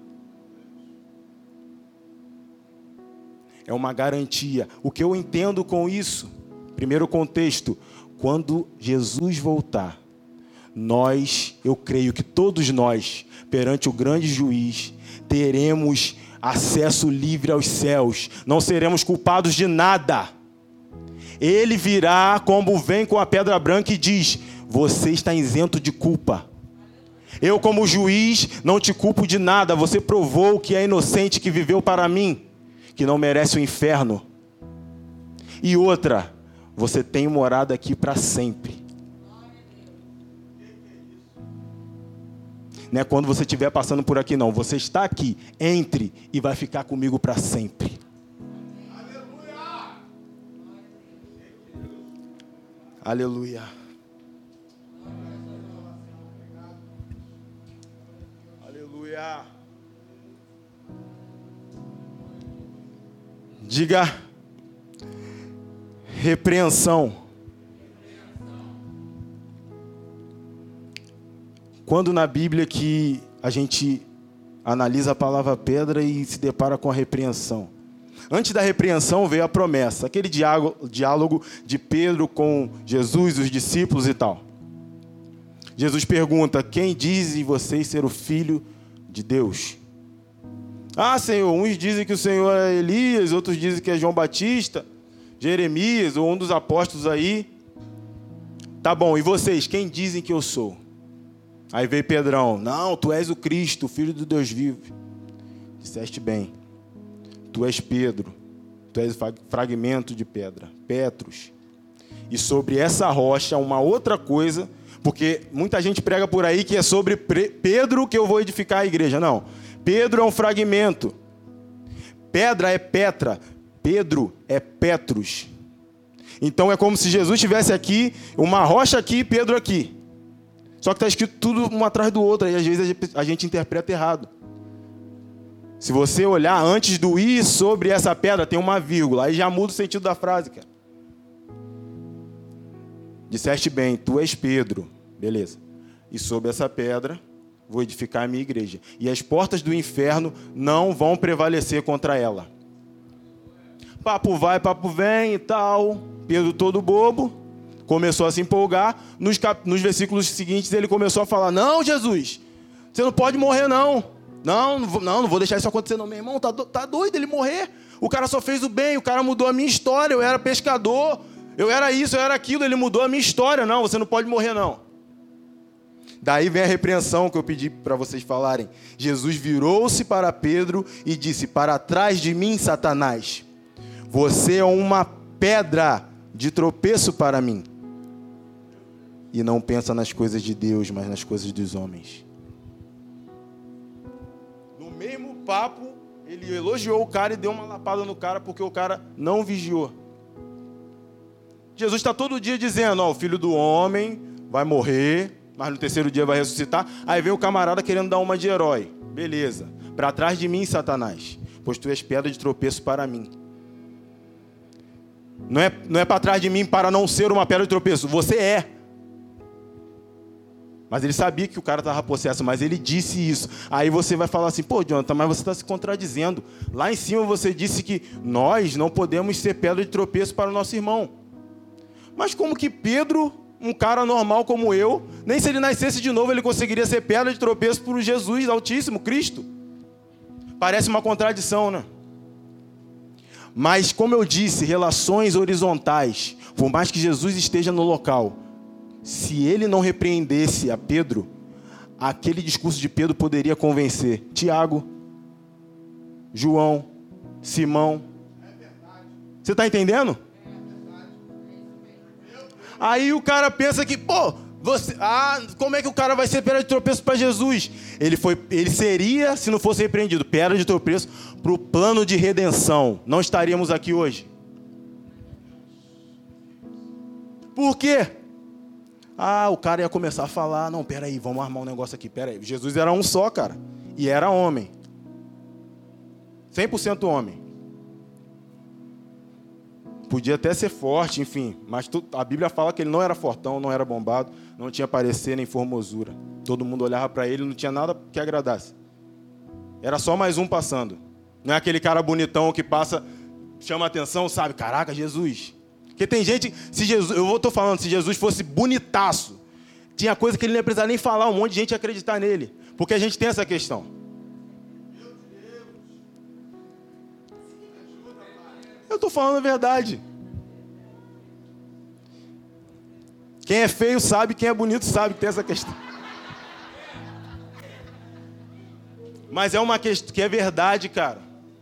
É uma garantia. O que eu entendo com isso? Primeiro contexto, quando Jesus voltar, eu creio que todos nós, perante o grande juiz, teremos acesso livre aos céus, não seremos culpados de nada. Ele virá como vem com a pedra branca e diz, você está isento de culpa. Eu como juiz não te culpo de nada, você provou que é inocente, que viveu para mim, que não merece o inferno. E outra, você tem morada aqui para sempre. Não é quando você estiver passando por aqui, não. Você está aqui, entre e vai ficar comigo para sempre. Aleluia. Aleluia. Diga repreensão. Quando na Bíblia que a gente analisa a palavra pedra e se depara com a repreensão. Antes da repreensão veio a promessa, aquele diálogo de Pedro com Jesus, os discípulos e tal. Jesus pergunta, quem dizem vocês ser o Filho de Deus? Ah, Senhor, uns dizem que o Senhor é Elias, outros dizem que é João Batista, Jeremias ou um dos apóstolos aí. Tá bom, e vocês, quem dizem que eu sou? Aí veio Pedrão. Não, tu és o Cristo, o Filho do Deus vivo. Disseste bem. Tu és Pedro. Tu és fragmento de pedra. Petros. E sobre essa rocha, uma outra coisa, porque muita gente prega por aí que é sobre Pedro que eu vou edificar a igreja. Não. Pedro é um fragmento. Pedra é Petra. Pedro é Petros. Então é como se Jesus estivesse aqui, uma rocha aqui e Pedro aqui. Só que está escrito tudo um atrás do outro, e às vezes a gente interpreta errado. Se você olhar antes do "e sobre essa pedra", tem uma vírgula, aí já muda o sentido da frase, cara. Disseste bem, tu és Pedro, beleza. E sobre essa pedra vou edificar a minha igreja. E as portas do inferno não vão prevalecer contra ela. Papo vai, papo vem e tal. Pedro todo bobo. Começou a se empolgar. Nos versículos seguintes ele começou a falar: não, Jesus, você não pode morrer não. Não vou deixar isso acontecer não. Meu irmão, tá doido ele morrer? O cara só fez o bem, o cara mudou a minha história. Eu era pescador, eu era isso, eu era aquilo. Ele mudou a minha história. Não, você não pode morrer não. Daí vem a repreensão que eu pedi para vocês falarem. Jesus virou-se para Pedro e disse: para trás de mim, Satanás. Você é uma pedra de tropeço para mim. E não pensa nas coisas de Deus, mas nas coisas dos homens. No mesmo papo, ele elogiou o cara e deu uma lapada no cara, porque o cara não vigiou. Jesus está todo dia dizendo: ó, o filho do homem vai morrer, mas no terceiro dia vai ressuscitar. Aí vem o camarada querendo dar uma de herói. Beleza. Para trás de mim, Satanás, pois tu és pedra de tropeço para mim. Não é para trás de mim para não ser uma pedra de tropeço. Você é. Mas ele sabia que o cara estava possesso, mas ele disse isso. Aí você vai falar assim: pô, Jonathan, mas você está se contradizendo. Lá em cima você disse que nós não podemos ser pedra de tropeço para o nosso irmão. Mas como que Pedro, um cara normal como eu, nem se ele nascesse de novo ele conseguiria ser pedra de tropeço para o Jesus Altíssimo, Cristo? Parece uma contradição, né? Mas, como eu disse, relações horizontais, por mais que Jesus esteja no local, se ele não repreendesse a Pedro, aquele discurso de Pedro poderia convencer Tiago, João, Simão. Você está entendendo? Aí o cara pensa que, pô, como é que o cara vai ser pedra de tropeço para Jesus? Ele seria, se não fosse repreendido, pedra de tropeço para o plano de redenção. Não estaríamos aqui hoje. Por quê? O cara ia começar a falar: não, peraí, vamos armar um negócio aqui, peraí. Jesus era um só, cara, e era homem. 100% homem. Podia até ser forte, enfim, mas a Bíblia fala que ele não era fortão, não era bombado, não tinha parecer nem formosura. Todo mundo olhava para ele, não tinha nada que agradasse. Era só mais um passando. Não é aquele cara bonitão que passa, chama a atenção, sabe? Caraca, Jesus. Porque tem gente, estou falando, se Jesus fosse bonitaço, tinha coisa que ele não ia precisar nem falar, um monte de gente ia acreditar nele. Porque a gente tem essa questão. Eu estou falando a verdade. Quem é feio sabe, quem é bonito sabe que tem essa questão. Mas é uma questão que é verdade, cara.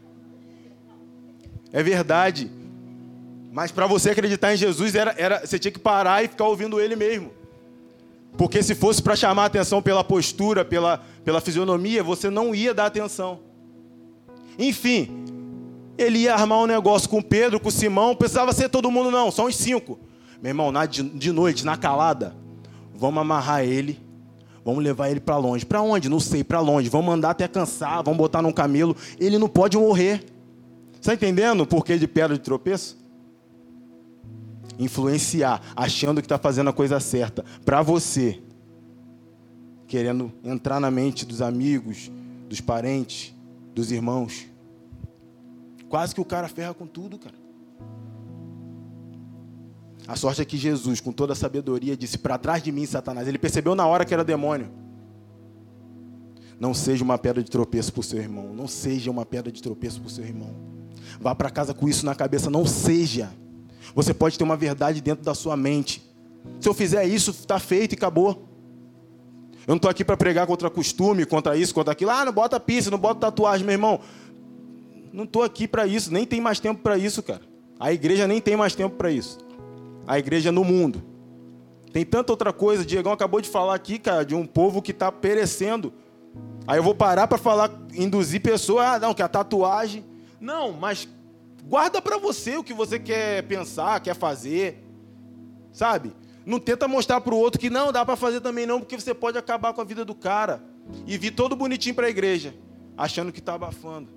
É verdade. Mas para você acreditar em Jesus, você tinha que parar e ficar ouvindo ele mesmo. Porque se fosse para chamar a atenção pela postura, pela fisionomia, você não ia dar atenção. Enfim, ele ia armar um negócio com Pedro, com Simão, precisava ser todo mundo não, só uns 5. Meu irmão, de noite, na calada, vamos amarrar ele, vamos levar ele para longe. Para onde? Não sei, para longe. Vamos mandar até cansar, vamos botar num camelo. Ele não pode morrer. Está entendendo o porquê de pedra de tropeço? Influenciar, achando que está fazendo a coisa certa, para você, querendo entrar na mente dos amigos, dos parentes, dos irmãos. Quase que o cara ferra com tudo, cara. A sorte é que Jesus, com toda a sabedoria, disse: para trás de mim, Satanás. Ele percebeu na hora que era demônio. Não seja uma pedra de tropeço para o seu irmão. Não seja uma pedra de tropeço para o seu irmão. Vá para casa com isso na cabeça. Não seja. Você pode ter uma verdade dentro da sua mente. Se eu fizer isso, está feito e acabou. Eu não estou aqui para pregar contra costume, contra isso, contra aquilo. Ah, não bota piercing, não bota tatuagem, meu irmão. Não estou aqui para isso, nem tem mais tempo para isso, cara. A igreja nem tem mais tempo para isso. A igreja no mundo. Tem tanta outra coisa. O Diegão acabou de falar aqui, cara, de um povo que está perecendo. Aí eu vou parar para falar, induzir pessoas. Ah, não, que a tatuagem... Não, mas guarda para você o que você quer pensar, quer fazer. Sabe? Não tenta mostrar para o outro que não, dá para fazer também não, porque você pode acabar com a vida do cara. E vir todo bonitinho para a igreja, achando que está abafando.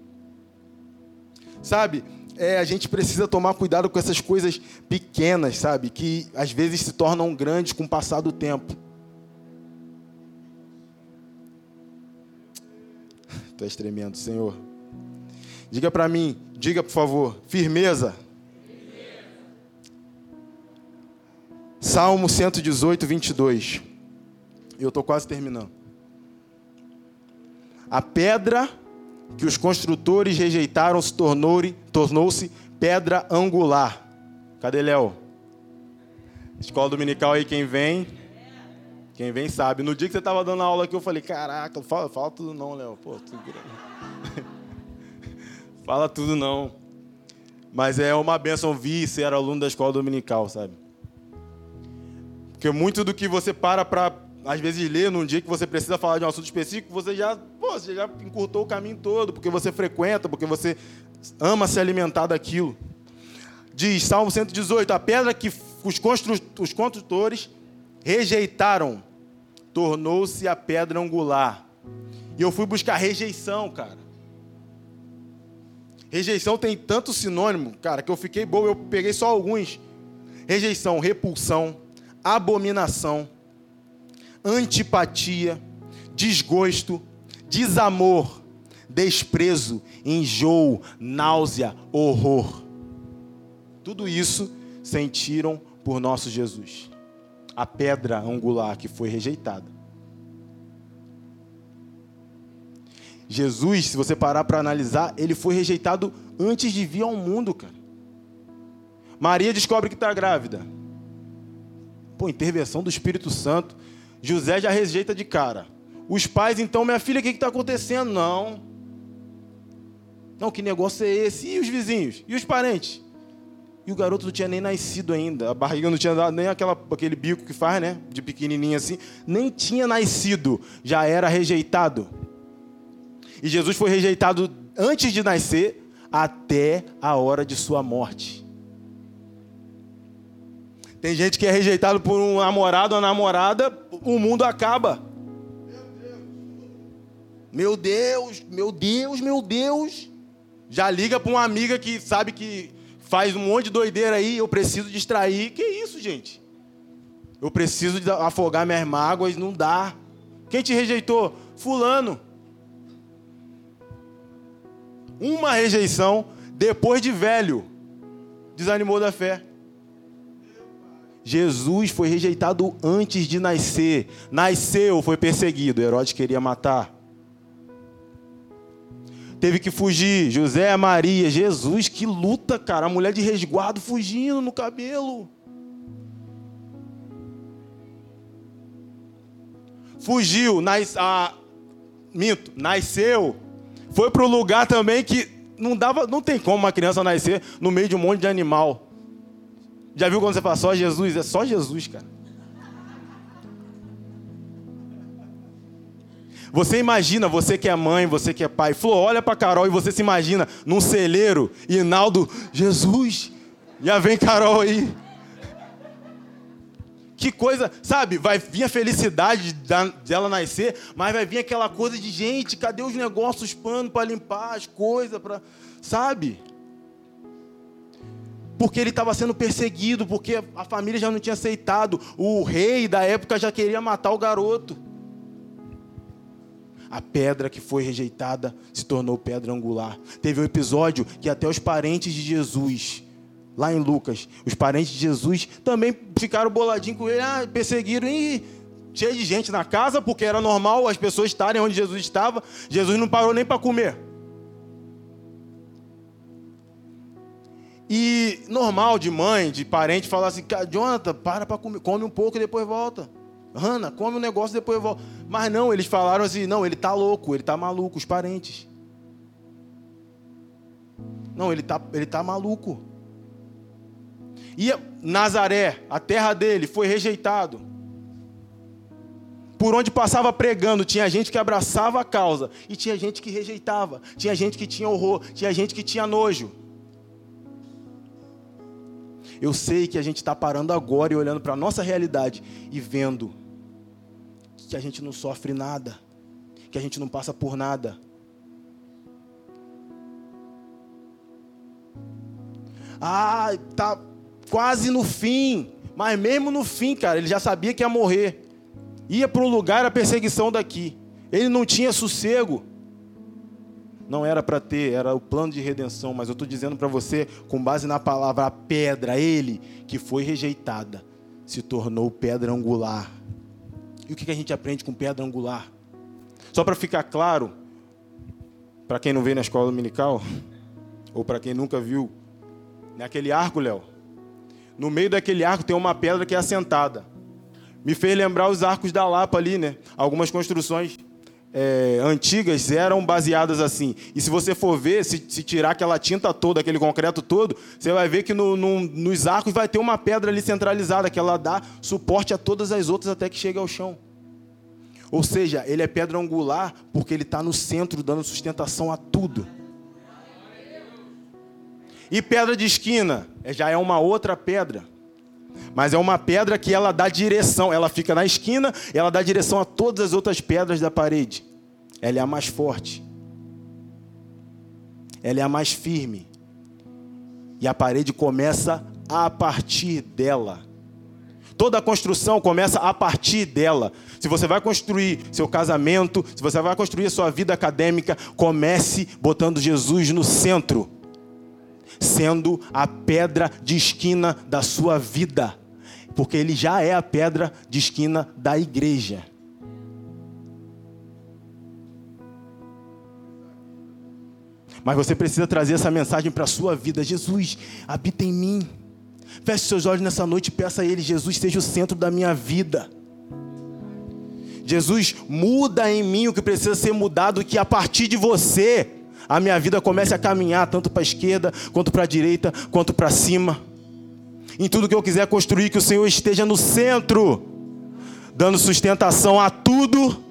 Sabe? A gente precisa tomar cuidado com essas coisas pequenas, sabe? Que às vezes se tornam grandes com o passar do tempo. Tu és tremendo, Senhor. Diga para mim, diga por favor, firmeza. Salmo 118, 22. Eu estou quase terminando. A pedra que os construtores rejeitaram tornou-se pedra angular. Cadê Léo? Escola dominical aí, quem vem sabe. No dia que você estava dando aula aqui, eu falei, caraca, fala tudo não, Léo. Pô, fala tudo não. Mas é uma bênção vir ser aluno da escola dominical, sabe? Porque muito do que você para, às vezes, ler num dia que você precisa falar de um assunto específico, você já encurtou o caminho todo, porque você frequenta, porque você ama se alimentar daquilo. Diz, Salmo 118, a pedra que os construtores rejeitaram tornou-se a pedra angular. E eu fui buscar rejeição, cara. Rejeição tem tanto sinônimo, cara, que eu fiquei bobo, eu peguei só alguns. Rejeição, repulsão, abominação, antipatia, desgosto, desamor, desprezo, enjoo, náusea, horror. Tudo isso sentiram por nosso Jesus. A pedra angular que foi rejeitada. Jesus, se você parar para analisar, ele foi rejeitado antes de vir ao mundo, cara. Maria descobre que está grávida. Pô, intervenção do Espírito Santo. José já rejeita de cara. Os pais, então, minha filha, o que está acontecendo? Não, que negócio é esse? E os vizinhos? E os parentes? E o garoto não tinha nem nascido ainda. A barriga não tinha dado nem aquele bico que faz, né? De pequenininho assim. Nem tinha nascido. Já era rejeitado. E Jesus foi rejeitado antes de nascer até a hora de sua morte. Tem gente que é rejeitado por um namorado ou namorada, o mundo acaba. Meu Deus. Já liga para uma amiga que sabe que faz um monte de doideira aí, eu preciso distrair. Que isso, gente? Eu preciso afogar minhas mágoas, não dá. Quem te rejeitou? Fulano. Uma rejeição, depois de velho, desanimou da fé. Jesus foi rejeitado antes de nascer. Nasceu, foi perseguido. Herodes queria matar. Teve que fugir. José, Maria, Jesus, que luta, cara. A mulher de resguardo fugindo no cabelo. Fugiu, nasceu. Foi para o lugar também que não tem como uma criança nascer no meio de um monte de animal. Já viu quando você fala só Jesus? É só Jesus, cara. Você imagina, você que é mãe, você que é pai. Flor, olha para Carol e você se imagina num celeiro, Hinaldo, Jesus, já vem Carol aí. Que coisa, sabe? Vai vir a felicidade dela nascer, mas vai vir aquela coisa de, gente, cadê os negócios, os panos para limpar, as coisas, sabe? Porque ele estava sendo perseguido, porque a família já não tinha aceitado. O rei da época já queria matar o garoto. A pedra que foi rejeitada se tornou pedra angular. Teve um episódio que até os parentes de Jesus, lá em Lucas, os parentes de Jesus também ficaram boladinhos com ele, perseguiram, e cheio de gente na casa, porque era normal as pessoas estarem onde Jesus estava. Jesus não parou nem para comer. E normal de mãe, de parente, falar assim, Jonathan, para comer, come um pouco e depois volta. Hannah, come o negócio, depois eu volto. Mas não, eles falaram assim, não, ele tá louco, ele tá maluco, os parentes. Não, ele tá maluco. E Nazaré, a terra dele, foi rejeitado. Por onde passava pregando, tinha gente que abraçava a causa, e tinha gente que rejeitava, tinha gente que tinha horror, tinha gente que tinha nojo. Eu sei que a gente está parando agora e olhando para a nossa realidade e vendo que a gente não sofre nada, que a gente não passa por nada. Ah, tá quase no fim, mas mesmo no fim, cara, ele já sabia que ia morrer. Ia para um lugar, a perseguição daqui. Ele não tinha sossego. Não era para ter, era o plano de redenção. Mas eu estou dizendo para você, com base na palavra, a pedra, ele que foi rejeitada, se tornou pedra angular. E o que a gente aprende com pedra angular? Só para ficar claro, para quem não veio na escola dominical, ou para quem nunca viu, naquele arco, Léo, no meio daquele arco tem uma pedra que é assentada. Me fez lembrar os arcos da Lapa ali, né? Algumas construções antigas eram baseadas assim. E se você for ver, se tirar aquela tinta toda, aquele concreto todo, você vai ver que nos arcos vai ter uma pedra ali centralizada, que ela dá suporte a todas as outras até que chegue ao chão. Ou seja, ele é pedra angular porque ele está no centro, dando sustentação a tudo. E pedra de esquina já é uma outra pedra. Mas é uma pedra que ela dá direção, ela fica na esquina, ela dá direção a todas as outras pedras da parede. Ela é a mais forte. Ela é a mais firme. E a parede começa a partir dela. Toda a construção começa a partir dela. Se você vai construir seu casamento, se você vai construir a sua vida acadêmica, comece botando Jesus no centro, sendo a pedra de esquina da sua vida, porque ele já é a pedra de esquina da igreja. Mas você precisa trazer essa mensagem para a sua vida. Jesus, habita em mim. Feche seus olhos nessa noite e peça a Ele, Jesus, seja o centro da minha vida. Jesus, muda em mim o que precisa ser mudado, que a partir de você a minha vida comece a caminhar tanto para a esquerda, quanto para a direita, quanto para cima. Em tudo que eu quiser construir, que o Senhor esteja no centro, dando sustentação a tudo.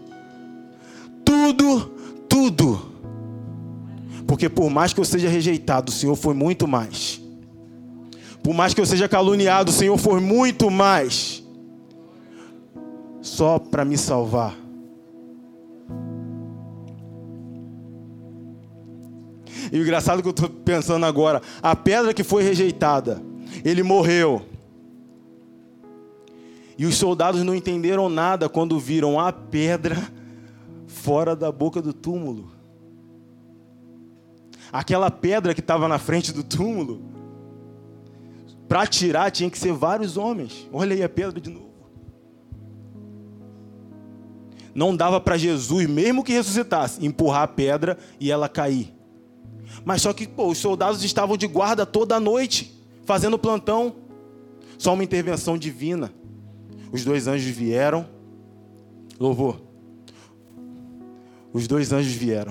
Porque por mais que eu seja rejeitado, o Senhor foi muito mais. Por mais que eu seja caluniado, o Senhor foi muito mais. Só para me salvar. E o engraçado que eu estou pensando agora, a pedra que foi rejeitada, ele morreu. E os soldados não entenderam nada quando viram a pedra fora da boca do túmulo. Aquela pedra que estava na frente do túmulo, para tirar tinha que ser vários homens. Olha aí a pedra de novo. Não dava para Jesus, mesmo que ressuscitasse, empurrar a pedra e ela cair. Mas só que os soldados estavam de guarda toda a noite, fazendo plantão. Só uma intervenção divina. Os 2 anjos vieram. Louvor. Os 2 anjos vieram.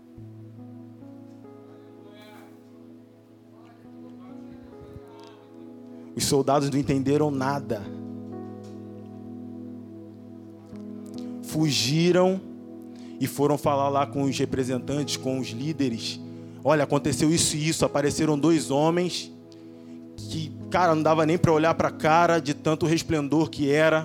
Os soldados não entenderam nada. Fugiram e foram falar lá com os representantes, com os líderes. Olha, aconteceu isso e isso. Apareceram 2 homens que, cara, não dava nem para olhar para a cara de tanto resplendor que era.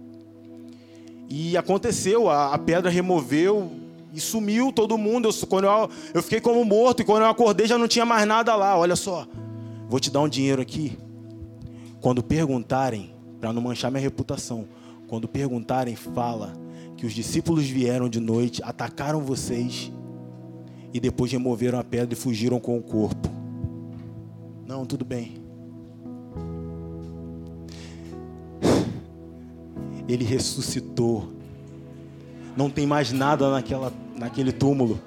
E aconteceu, a pedra removeu e sumiu todo mundo. Eu fiquei como morto e quando eu acordei já não tinha mais nada lá. Olha só, vou te dar um dinheiro aqui. Quando perguntarem, para não manchar minha reputação, quando perguntarem, fala que os discípulos vieram de noite, atacaram vocês e depois removeram a pedra e fugiram com o corpo. Não, tudo bem. Ele ressuscitou. Não tem mais nada naquele túmulo.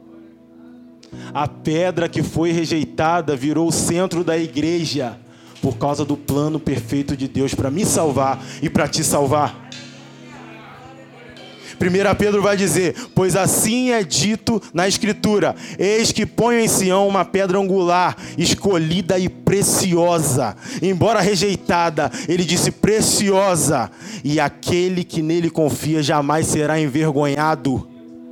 A pedra que foi rejeitada virou o centro da igreja por causa do plano perfeito de Deus para me salvar e para te salvar. 1 Pedro vai dizer: pois assim é dito na Escritura, eis que ponho em Sião uma pedra angular, escolhida e preciosa, embora rejeitada, ele disse preciosa, e aquele que nele confia jamais será envergonhado.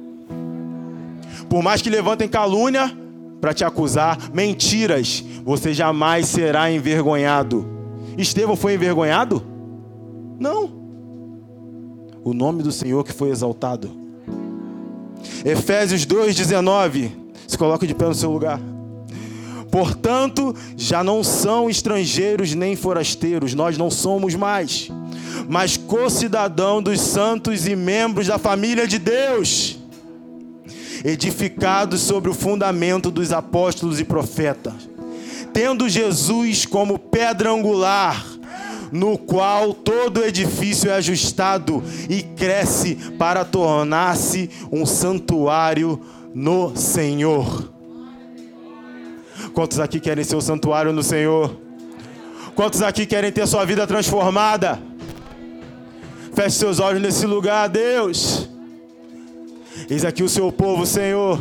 Por mais que levantem calúnia para te acusar, mentiras, você jamais será envergonhado. Estevão foi envergonhado? Não. O nome do Senhor que foi exaltado. Efésios 2:19. Se coloque de pé no seu lugar. Portanto, já não são estrangeiros nem forasteiros, nós não somos mais, mas co-cidadão dos santos e membros da família de Deus, edificados sobre o fundamento dos apóstolos e profetas, tendo Jesus como pedra angular, no qual todo edifício é ajustado e cresce para tornar-se um santuário no Senhor. Quantos aqui querem ser um santuário no Senhor? Quantos aqui querem ter sua vida transformada? Feche seus olhos nesse lugar, Deus. Eis aqui o seu povo, Senhor.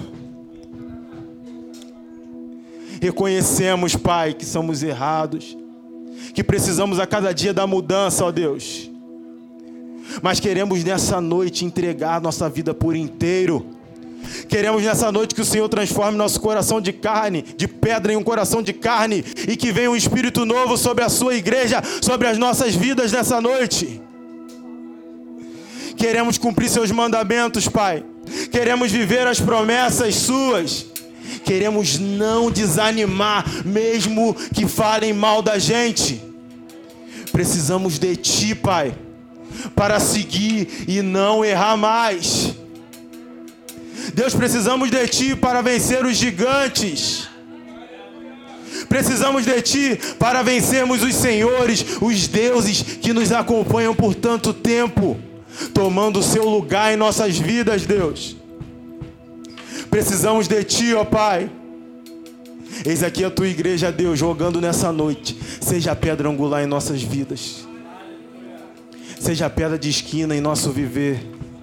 Reconhecemos, Pai, que somos errados, que precisamos a cada dia da mudança, ó Deus. Mas queremos nessa noite entregar nossa vida por inteiro. Queremos nessa noite que o Senhor transforme nosso coração de carne, de pedra, em um coração de carne, e que venha um Espírito novo sobre a sua igreja, sobre as nossas vidas nessa noite. Queremos cumprir seus mandamentos, Pai. Queremos viver as promessas suas. Queremos não desanimar, mesmo que falem mal da gente. Precisamos de Ti, Pai, para seguir e não errar mais. Deus, precisamos de Ti para vencer os gigantes. Precisamos de Ti para vencermos os senhores, os deuses que nos acompanham por tanto tempo, tomando o seu lugar em nossas vidas, Deus. Precisamos de Ti, ó Pai. Eis aqui a Tua igreja, Deus, jogando nessa noite. Seja a pedra angular em nossas vidas. Seja a pedra de esquina em nosso viver.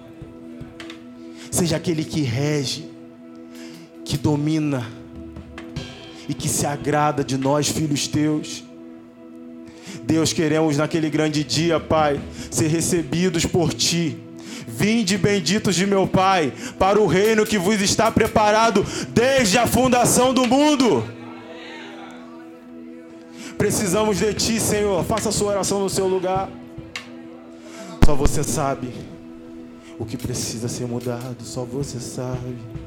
Seja aquele que rege, que domina e que se agrada de nós, filhos Teus. Deus, queremos naquele grande dia, Pai, ser recebidos por Ti. Vinde, benditos de meu Pai, para o reino que vos está preparado desde a fundação do mundo. Precisamos de Ti, Senhor. Faça a sua oração no seu lugar. Só você sabe o que precisa ser mudado. Só você sabe.